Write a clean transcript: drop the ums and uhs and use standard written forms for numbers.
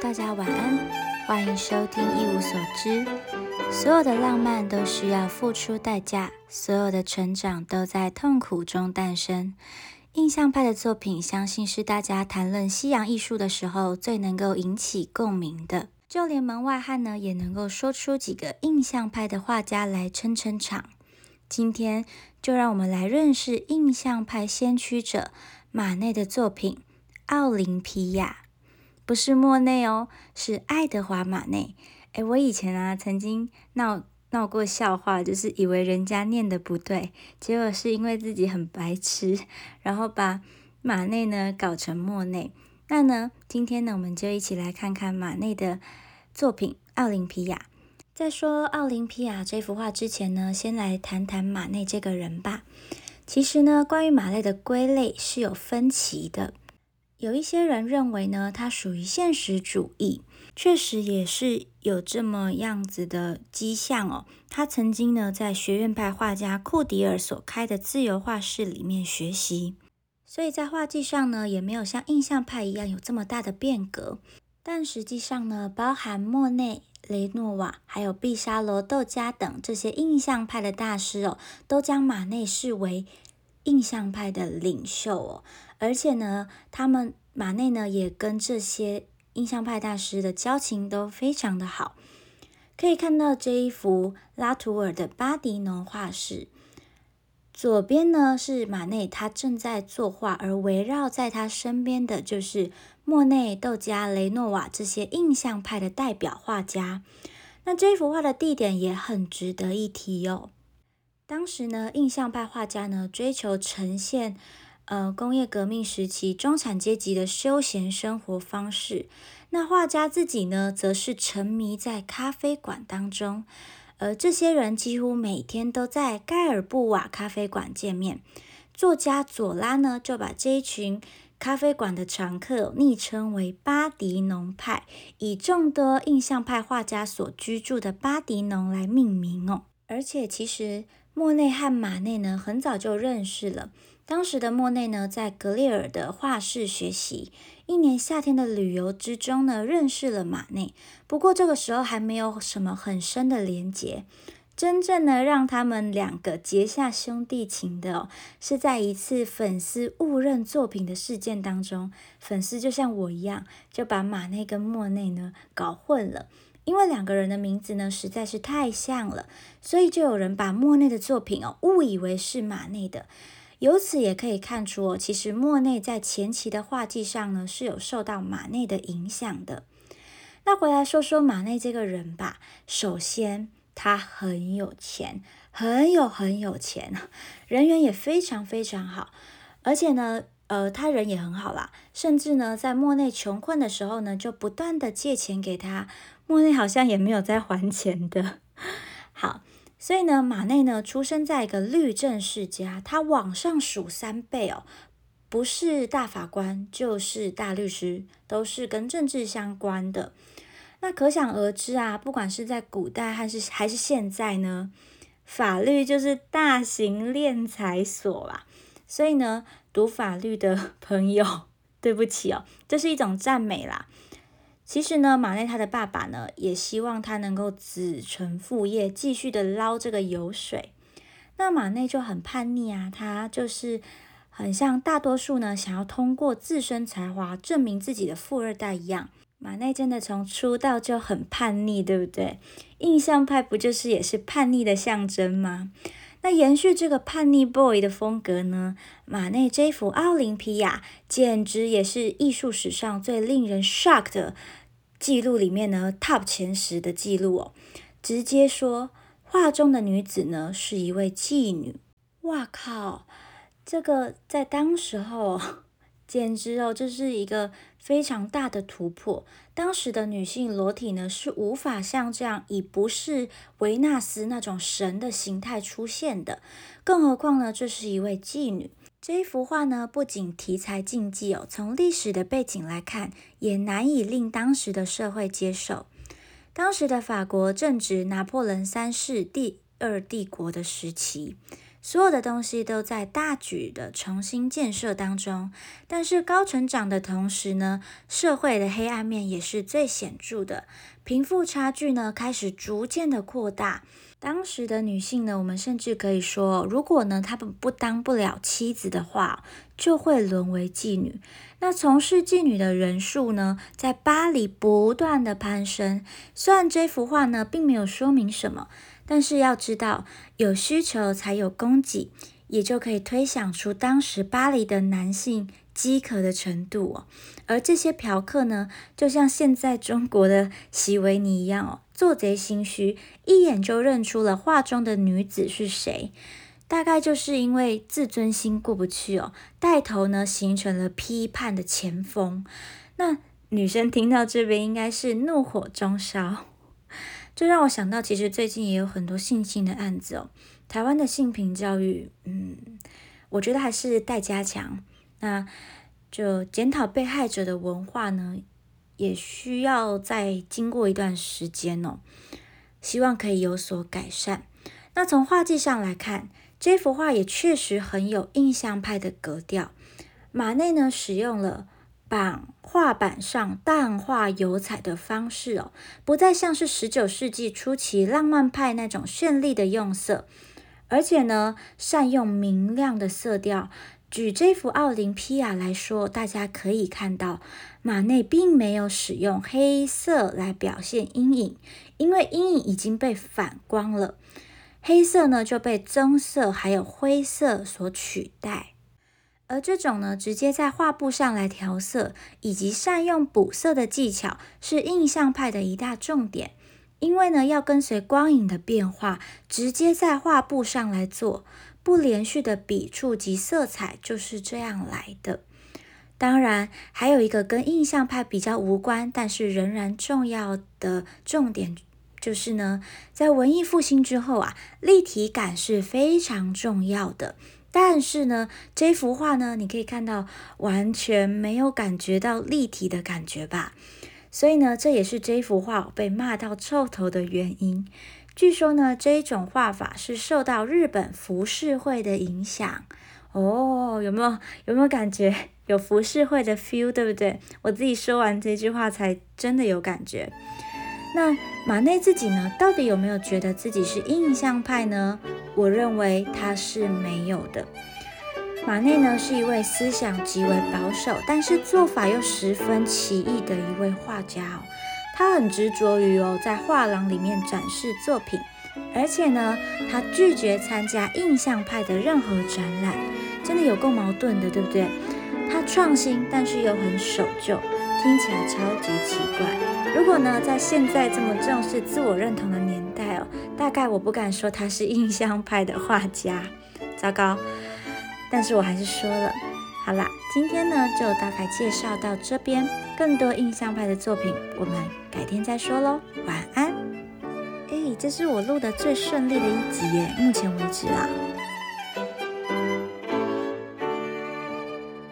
大家晚安，欢迎收听一无所知。所有的浪漫都需要付出代价，所有的成长都在痛苦中诞生。印象派的作品，相信是大家谈论西洋艺术的时候最能够引起共鸣的。就连门外汉呢，也能够说出几个印象派的画家来撑撑场。今天就让我们来认识印象派先驱者马内的作品《奥林匹亚》。不是莫内哦，是爱德华·马内。我以前曾经闹过笑话，就是以为人家念的不对，结果是因为自己很白痴，然后把马内呢搞成莫内。那呢，今天呢，我们就一起来看看马内的作品《奥林匹亚》。在说《奥林匹亚》这幅画之前呢，先来谈谈马内这个人吧。其实呢，关于马内的归类是有分歧的。有一些人认为呢，他属于现实主义，确实也是有这么样子的迹象哦。他曾经呢，在学院派画家库迪尔所开的自由画室里面学习，所以在画技上呢，也没有像印象派一样有这么大的变革。但实际上呢，包含莫内、雷诺瓦还有毕沙罗、窦加等这些印象派的大师哦，都将马内视为印象派的领袖哦。而且呢，马内呢也跟这些印象派大师的交情都非常的好。可以看到这一幅拉图尔的巴迪农画室，左边呢是马内，他正在作画，而围绕在他身边的就是莫内、窦加、雷诺瓦这些印象派的代表画家。那这一幅画的地点也很值得一提哦。当时呢，印象派画家呢追求呈现工业革命时期中产阶级的休闲生活方式，那画家自己呢，则是沉迷在咖啡馆当中，而这些人几乎每天都在盖尔布瓦咖啡馆见面。作家左拉呢，就把这一群咖啡馆的常客昵称为巴迪农派，以众多印象派画家所居住的巴迪农来命名哦。而且其实莫内和马内呢，很早就认识了。当时的莫内呢，在格列尔的画室学习，一年夏天的旅游之中呢，认识了马内。不过这个时候还没有什么很深的连结，真正的让他们两个结下兄弟情的哦，是在一次粉丝误认作品的事件当中。粉丝就像我一样，就把马内跟莫内呢搞混了。因为两个人的名字呢实在是太像了，所以就有人把莫内的作品误以为是马内的。由此也可以看出其实莫内在前期的画技上呢是有受到马内的影响的。那回来说说马内这个人吧，首先他很有钱，很有钱，人缘也非常非常好，而且呢他人也很好啦，甚至呢在莫内穷困的时候呢，就不断的借钱给他，莫内好像也没有在还钱的。好，所以呢，马内呢出生在一个律政世家，他往上数3辈哦，不是大法官就是大律师，都是跟政治相关的。那可想而知不管是在古代还是现在呢，法律就是大型敛财所啦。所以呢，读法律的朋友，对不起这是一种赞美啦。其实呢，马内他的爸爸呢，也希望他能够子承父业，继续的捞这个油水。那马内就很叛逆他就是很像大多数呢，想要通过自身才华证明自己的富二代一样。马内真的从出道就很叛逆，对不对？印象派不就是也是叛逆的象征吗？那延续这个叛逆 boy 的风格呢，马内这幅奥林匹亚简直也是艺术史上最令人 shock 的记录里面呢 top 前10的记录直接说画中的女子呢是一位妓女。哇靠，这个在当时候简直这是一个非常大的突破。当时的女性裸体呢是无法像这样以不是维纳斯那种神的形态出现的，更何况呢这是一位妓女。这一幅画呢不仅题材禁忌从历史的背景来看，也难以令当时的社会接受。当时的法国正值拿破仑3世第2帝国的时期， 所有的东西都在大举的重新建设当中。但是高成长的同时呢，社会的黑暗面也是最显著的，贫富差距呢开始逐渐的扩大。当时的女性呢，我们甚至可以说，如果呢她们不当不了妻子的话，就会沦为妓女。那从事妓女的人数呢，在巴黎不断的攀升。虽然这幅画呢并没有说明什么，但是要知道，有需求才有供给，也就可以推想出当时巴黎的男性饥渴的程度哦。而这些嫖客呢，就像现在中国的席维尼一样哦，做贼心虚，一眼就认出了画中的女子是谁。大概就是因为自尊心过不去哦，带头呢形成了批判的前锋。那女生听到这边应该是怒火中烧，这让我想到，其实最近也有很多性侵的案子哦。台湾的性平教育，我觉得还是待加强。那就检讨被害者的文化呢，也需要再经过一段时间哦，希望可以有所改善。那从画技上来看，这幅画也确实很有印象派的格调。马内呢，使用了画板上淡化油彩的方式哦，不再像是19世纪初期浪漫派那种绚丽的用色，而且呢，善用明亮的色调。举这幅奥林匹亚来说，大家可以看到，马内并没有使用黑色来表现阴影，因为阴影已经被反光了，黑色呢就被棕色还有灰色所取代。而这种呢，直接在画布上来调色，以及善用补色的技巧，是印象派的一大重点。因为呢，要跟随光影的变化，直接在画布上来做，不连续的笔触及色彩就是这样来的。当然，还有一个跟印象派比较无关，但是仍然重要的重点，就是呢，在文艺复兴之后啊，立体感是非常重要的。但是呢，这幅画呢，你可以看到完全没有感觉到立体的感觉吧？所以呢，这也是这幅画被骂到臭头的原因。据说呢，这一种画法是受到日本浮世绘的影响哦。有没有感觉有浮世绘的 feel， 对不对？我自己说完这句话才真的有感觉。那马内自己呢，到底有没有觉得自己是印象派呢？我认为他是没有的。马内呢，是一位思想极为保守，但是做法又十分奇异的一位画家哦。他很执着于在画廊里面展示作品，而且呢，他拒绝参加印象派的任何展览，真的有够矛盾的，对不对？他创新，但是又很守旧，听起来超级奇怪。如果呢，在现在这么重视自我认同的年代哦，大概我不敢说他是印象派的画家，糟糕。但是我还是说了。好啦，今天呢就大概介绍到这边，更多印象派的作品我们改天再说咯。晚安。这是我录的最顺利的一集耶，目前为止啦。